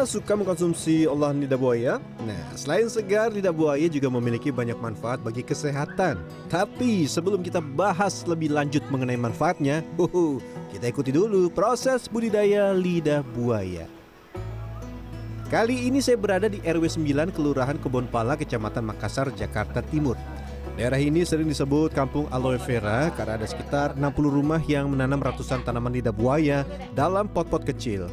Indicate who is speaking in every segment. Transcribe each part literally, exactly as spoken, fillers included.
Speaker 1: Anda suka mengkonsumsi olahan lidah buaya? Nah, selain segar, lidah buaya juga memiliki banyak manfaat bagi kesehatan. Tapi sebelum kita bahas lebih lanjut mengenai manfaatnya, uhuh, kita ikuti dulu proses budidaya lidah buaya. Kali ini saya berada di R W sembilan Kelurahan Kebonpala, Kecamatan Makassar, Jakarta Timur. Daerah ini sering disebut Kampung Aloe Vera karena ada sekitar enam puluh rumah yang menanam ratusan tanaman lidah buaya dalam pot-pot kecil.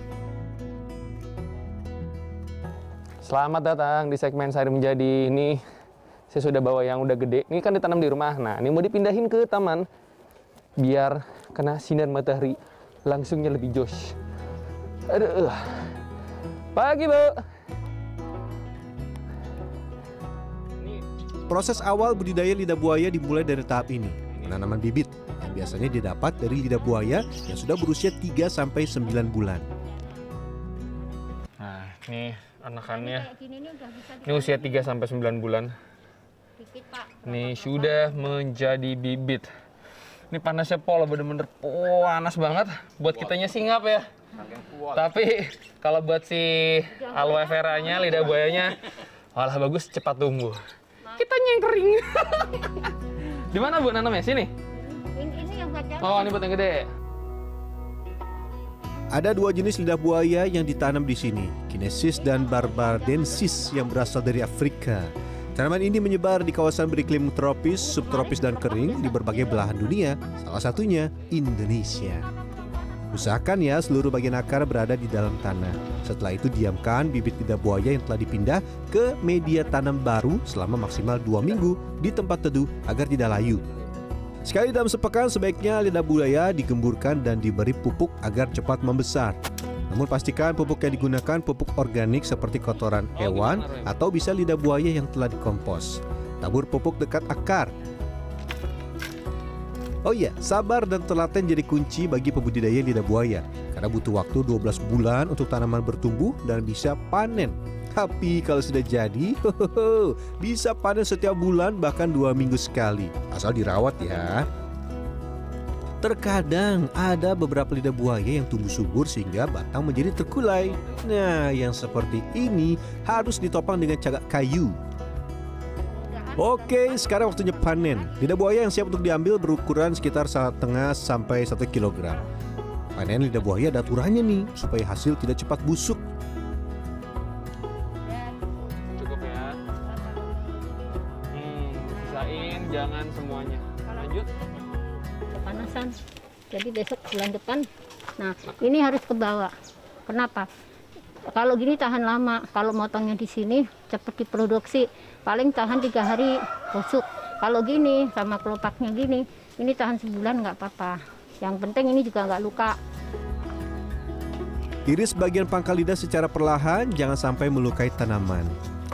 Speaker 2: Selamat datang di segmen Sari Menjadi. Ini saya sudah bawa yang udah gede. Ini kan ditanam di rumah. Nah, ini mau dipindahin ke taman biar kena sinar matahari langsungnya lebih jos. Aduh. Pagi, Bu.
Speaker 1: Proses awal budidaya lidah buaya dimulai dari tahap ini, penanaman bibit yang biasanya didapat dari lidah buaya yang sudah berusia tiga sampai sembilan bulan.
Speaker 2: Nah, ini anakannya. Ini usia tiga sampai sembilan bulan. Ini sudah menjadi bibit. Ini panasnya pol, bener-bener panas banget. Buat kitanya singap ya. Tapi kalau buat si aloe veranya, lidah buayanya, malah bagus, cepat tumbuh. Kitanya yang kering. Di mana Bu nanamnya? Sini?
Speaker 3: Ini yang kacang.
Speaker 2: Oh, ini buat yang gede.
Speaker 1: Ada dua jenis lidah buaya yang ditanam di sini, Kinesis dan Barbadensis yang berasal dari Afrika. Tanaman ini menyebar di kawasan beriklim tropis, subtropis, dan kering di berbagai belahan dunia, salah satunya Indonesia. Usahakan ya seluruh bagian akar berada di dalam tanah. Setelah itu diamkan bibit lidah buaya yang telah dipindah ke media tanam baru selama maksimal dua minggu di tempat teduh agar tidak layu. Sekali dalam sepekan sebaiknya lidah buaya digemburkan dan diberi pupuk agar cepat membesar. Namun pastikan pupuk yang digunakan pupuk organik seperti kotoran hewan atau bisa lidah buaya yang telah dikompos. Tabur pupuk dekat akar. Oh iya, sabar dan telaten jadi kunci bagi pembudidaya lidah buaya karena butuh waktu dua belas bulan untuk tanaman bertumbuh dan bisa panen. Tapi kalau sudah jadi, hohoho, bisa panen setiap bulan bahkan dua minggu sekali. Asal dirawat ya. Terkadang ada beberapa lidah buaya yang tumbuh subur sehingga batang menjadi terkulai. Nah, yang seperti ini harus ditopang dengan cagak kayu. Oke, sekarang waktunya panen. Lidah buaya yang siap untuk diambil berukuran sekitar setengah sampai satu kilogram. Panen lidah buaya ada aturannya nih, supaya hasil tidak cepat busuk.
Speaker 2: Cukup ya. Hmm, sisain, jangan semuanya. Lanjut.
Speaker 3: Kepanasan. Jadi besok bulan depan. Nah, ini harus ke bawah. Kenapa? Kalau gini tahan lama. Kalau motongnya di sini cepat diproduksi. Paling tahan tiga hari busuk. Kalau gini sama kelopaknya gini, ini tahan sebulan nggak apa-apa. Yang penting ini juga nggak luka.
Speaker 1: Iris bagian pangkal lidah secara perlahan, jangan sampai melukai tanaman.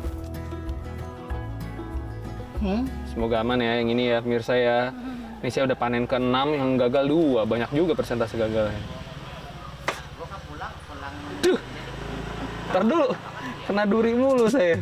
Speaker 3: Hmm?
Speaker 2: Semoga aman ya yang ini ya pemirsa ya. Ini saya udah panen ke enam, yang gagal dua. Banyak juga persentase gagalnya. Duh, ntar dulu, kena duri mulu saya.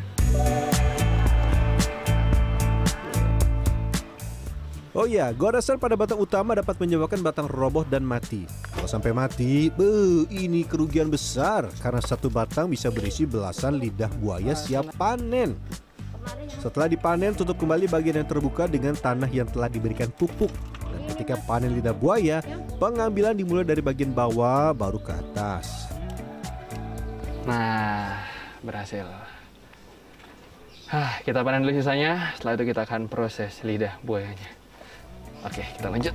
Speaker 1: Oh iya, goresan pada batang utama dapat menyebabkan batang roboh dan mati. Kalau sampai mati, be, ini kerugian besar karena satu batang bisa berisi belasan lidah buaya siap panen. Setelah dipanen, tutup kembali bagian yang terbuka dengan tanah yang telah diberikan pupuk. Dan ketika panen lidah buaya, pengambilan dimulai dari bagian bawah baru ke atas.
Speaker 2: Nah, berhasil. Hah, kita panen dulu sisanya, setelah itu kita akan proses lidah buayanya. Oke, kita lanjut.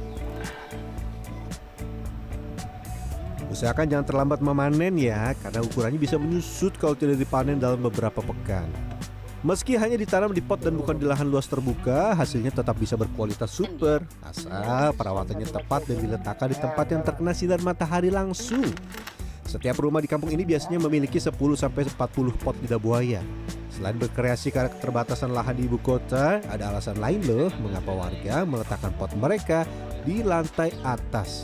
Speaker 1: Usahakan jangan terlambat memanen ya, karena ukurannya bisa menyusut kalau tidak dipanen dalam beberapa pekan. Meski hanya ditanam di pot dan bukan di lahan luas terbuka, hasilnya tetap bisa berkualitas super, asal perawatannya tepat dan diletakkan di tempat yang terkena sinar matahari langsung. Setiap rumah di kampung ini biasanya memiliki sepuluh sampai empat puluh pot lidah buaya. Selain berkreasi karena keterbatasan lahan di ibu kota, ada alasan lain loh mengapa warga meletakkan pot mereka di lantai atas.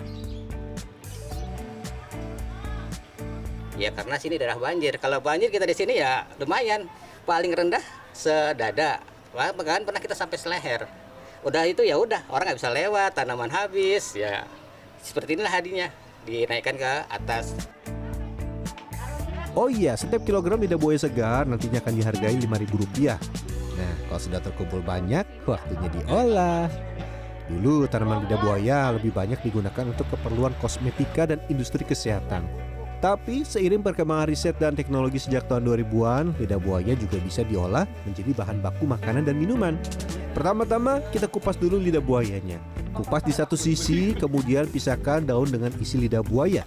Speaker 4: Ya karena sini daerah banjir. Kalau banjir kita di sini ya lumayan, paling rendah sedada. Bahkan pernah kita sampai seleher. Udah itu ya udah orang nggak bisa lewat, tanaman habis ya. Seperti inilah hadinya dinaikkan ke atas.
Speaker 1: Oh iya, setiap kilogram lidah buaya segar nantinya akan dihargai lima ribu rupiah. Nah, kalau sudah terkumpul banyak, waktunya diolah. Dulu tanaman lidah buaya lebih banyak digunakan untuk keperluan kosmetika dan industri kesehatan. Tapi seiring perkembangan riset dan teknologi sejak tahun dua ribuan, lidah buaya juga bisa diolah menjadi bahan baku makanan dan minuman. Pertama-tama kita kupas dulu lidah buayanya. Kupas di satu sisi, kemudian pisahkan daun dengan isi lidah buaya.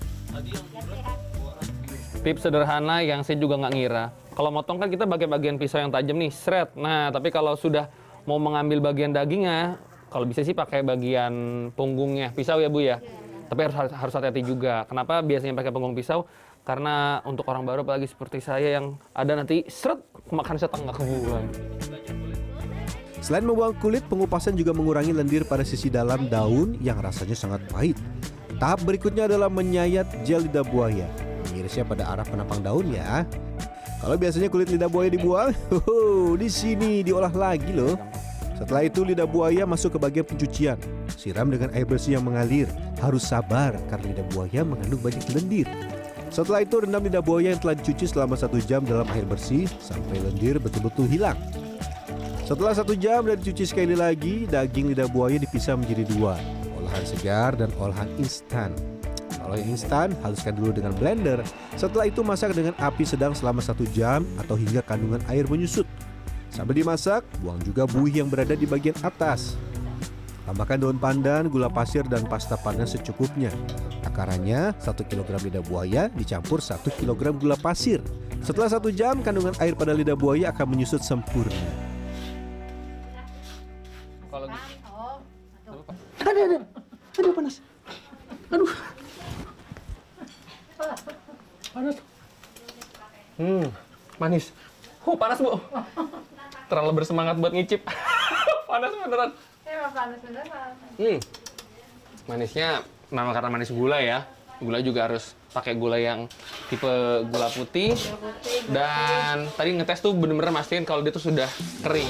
Speaker 2: Tips sederhana yang saya juga nggak ngira. Kalau motong kan kita pakai bagian pisau yang tajam nih, shred. Nah, tapi kalau sudah mau mengambil bagian dagingnya, kalau bisa sih pakai bagian punggungnya pisau ya Bu ya. Tapi harus harus hati-hati juga. Kenapa biasanya pakai punggung pisau? Karena untuk orang baru apalagi seperti saya yang ada nanti shred makan setengah kebuang.
Speaker 1: Selain membuang kulit, pengupasan juga mengurangi lendir pada sisi dalam daun yang rasanya sangat pahit. Tahap berikutnya adalah menyayat gel lidah buaya. Mengirisnya pada arah penampang daun ya. Kalau biasanya kulit lidah buaya dibuang, hoho, di sini diolah lagi loh. Setelah itu lidah buaya masuk ke bagian pencucian. Siram dengan air bersih yang mengalir. Harus sabar karena lidah buaya mengandung banyak lendir. Setelah itu rendam lidah buaya yang telah dicuci selama satu jam dalam air bersih sampai lendir betul-betul hilang. Setelah satu jam dan dicuci sekali lagi, daging lidah buaya dipisah menjadi dua, olahan segar dan olahan instan. Kalau yang instan, haluskan dulu dengan blender. Setelah itu masak dengan api sedang selama satu jam atau hingga kandungan air menyusut. Sambil dimasak, buang juga buih yang berada di bagian atas. Tambahkan daun pandan, gula pasir, dan pasta pandan secukupnya. Takarannya satu kilogram lidah buaya dicampur satu kilogram gula pasir. Setelah satu jam, kandungan air pada lidah buaya akan menyusut sempurna.
Speaker 2: Kalau
Speaker 5: Aduh, aduh, aduh panas. Aduh. Panas.
Speaker 2: Hmm, manis. Huh, panas Bu. Terlalu bersemangat buat ngicip. Panas beneran.
Speaker 6: Emang panas beneran.
Speaker 2: Hmm, manisnya memang karena manis gula ya. Gula juga harus pakai gula yang tipe gula putih. Dan tadi ngetes tuh bener-bener mastiin kalau dia tuh sudah kering.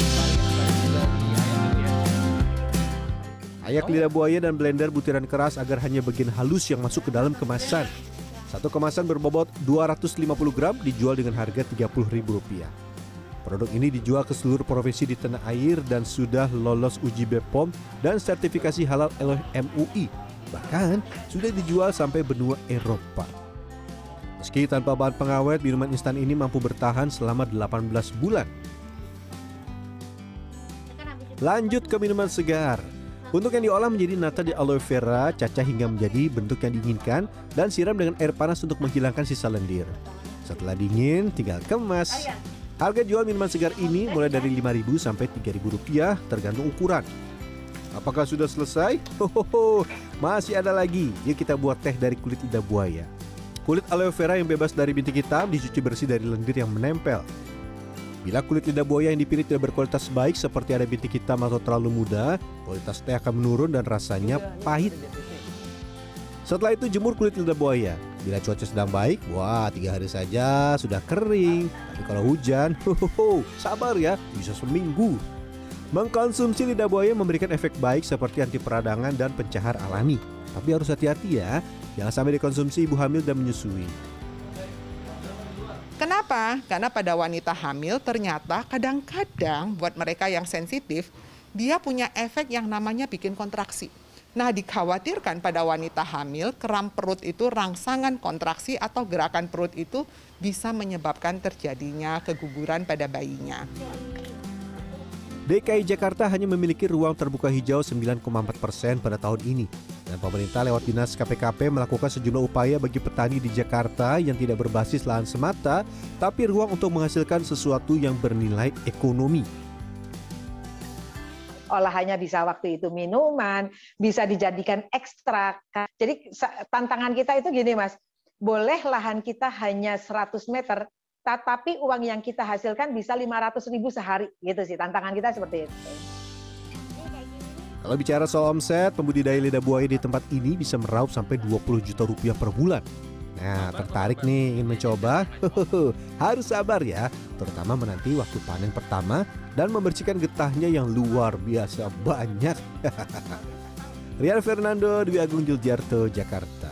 Speaker 1: Ayak lidah buaya dan blender butiran keras agar hanya bagian halus yang masuk ke dalam kemasan. Satu kemasan berbobot dua ratus lima puluh gram dijual dengan harga tiga puluh ribu rupiah. Produk ini dijual ke seluruh provinsi di tanah air dan sudah lolos uji B P O M dan sertifikasi halal oleh M U I. Bahkan sudah dijual sampai benua Eropa. Meski tanpa bahan pengawet, minuman instan ini mampu bertahan selama delapan belas bulan. Lanjut ke minuman segar. Untuk yang diolah menjadi nata de aloe vera, cacah hingga menjadi bentuk yang diinginkan dan siram dengan air panas untuk menghilangkan sisa lendir. Setelah dingin, tinggal kemas. Harga jual minuman segar ini mulai dari lima ribu sampai tiga ribu rupiah tergantung ukuran. Apakah sudah selesai? Hohoho, masih ada lagi. Yuk kita buat teh dari kulit lidah buaya. Kulit aloe vera yang bebas dari bintik hitam dicuci bersih dari lendir yang menempel. Bila kulit lidah buaya yang dipilih tidak berkualitas baik seperti ada bintik hitam atau terlalu muda, kualitas teh akan menurun dan rasanya pahit. Setelah itu jemur kulit lidah buaya. Bila cuaca sedang baik, wah tiga hari saja sudah kering. Tapi kalau hujan, hohoho, sabar ya, bisa seminggu. Mengkonsumsi lidah buaya memberikan efek baik seperti anti peradangan dan pencahar alami. Tapi harus hati-hati ya, jangan sampai dikonsumsi ibu hamil dan menyusui.
Speaker 5: Kenapa? Karena pada wanita hamil ternyata kadang-kadang buat mereka yang sensitif, dia punya efek yang namanya bikin kontraksi. Nah, dikhawatirkan pada wanita hamil, kram perut itu rangsangan kontraksi atau gerakan perut itu bisa menyebabkan terjadinya keguguran pada bayinya.
Speaker 1: D K I Jakarta hanya memiliki ruang terbuka hijau sembilan koma empat persen pada tahun ini. Dan pemerintah lewat Dinas K P K P melakukan sejumlah upaya bagi petani di Jakarta yang tidak berbasis lahan semata, tapi ruang untuk menghasilkan sesuatu yang bernilai ekonomi.
Speaker 6: Olahannya bisa waktu itu minuman, bisa dijadikan ekstrak. Jadi tantangan kita itu gini Mas, boleh lahan kita hanya seratus meter, tetapi uang yang kita hasilkan bisa lima ratus ribu sehari, gitu sih tantangan kita seperti itu.
Speaker 1: Kalau bicara soal omset, pembudidaya lidah buaya di tempat ini bisa meraup sampai dua puluh juta rupiah per bulan. Nah, tertarik nih ingin mencoba? Harus sabar ya, terutama menanti waktu panen pertama dan membersihkan getahnya yang luar biasa banyak. Rian Fernando, Dwi Agung Yuljarto, Jakarta.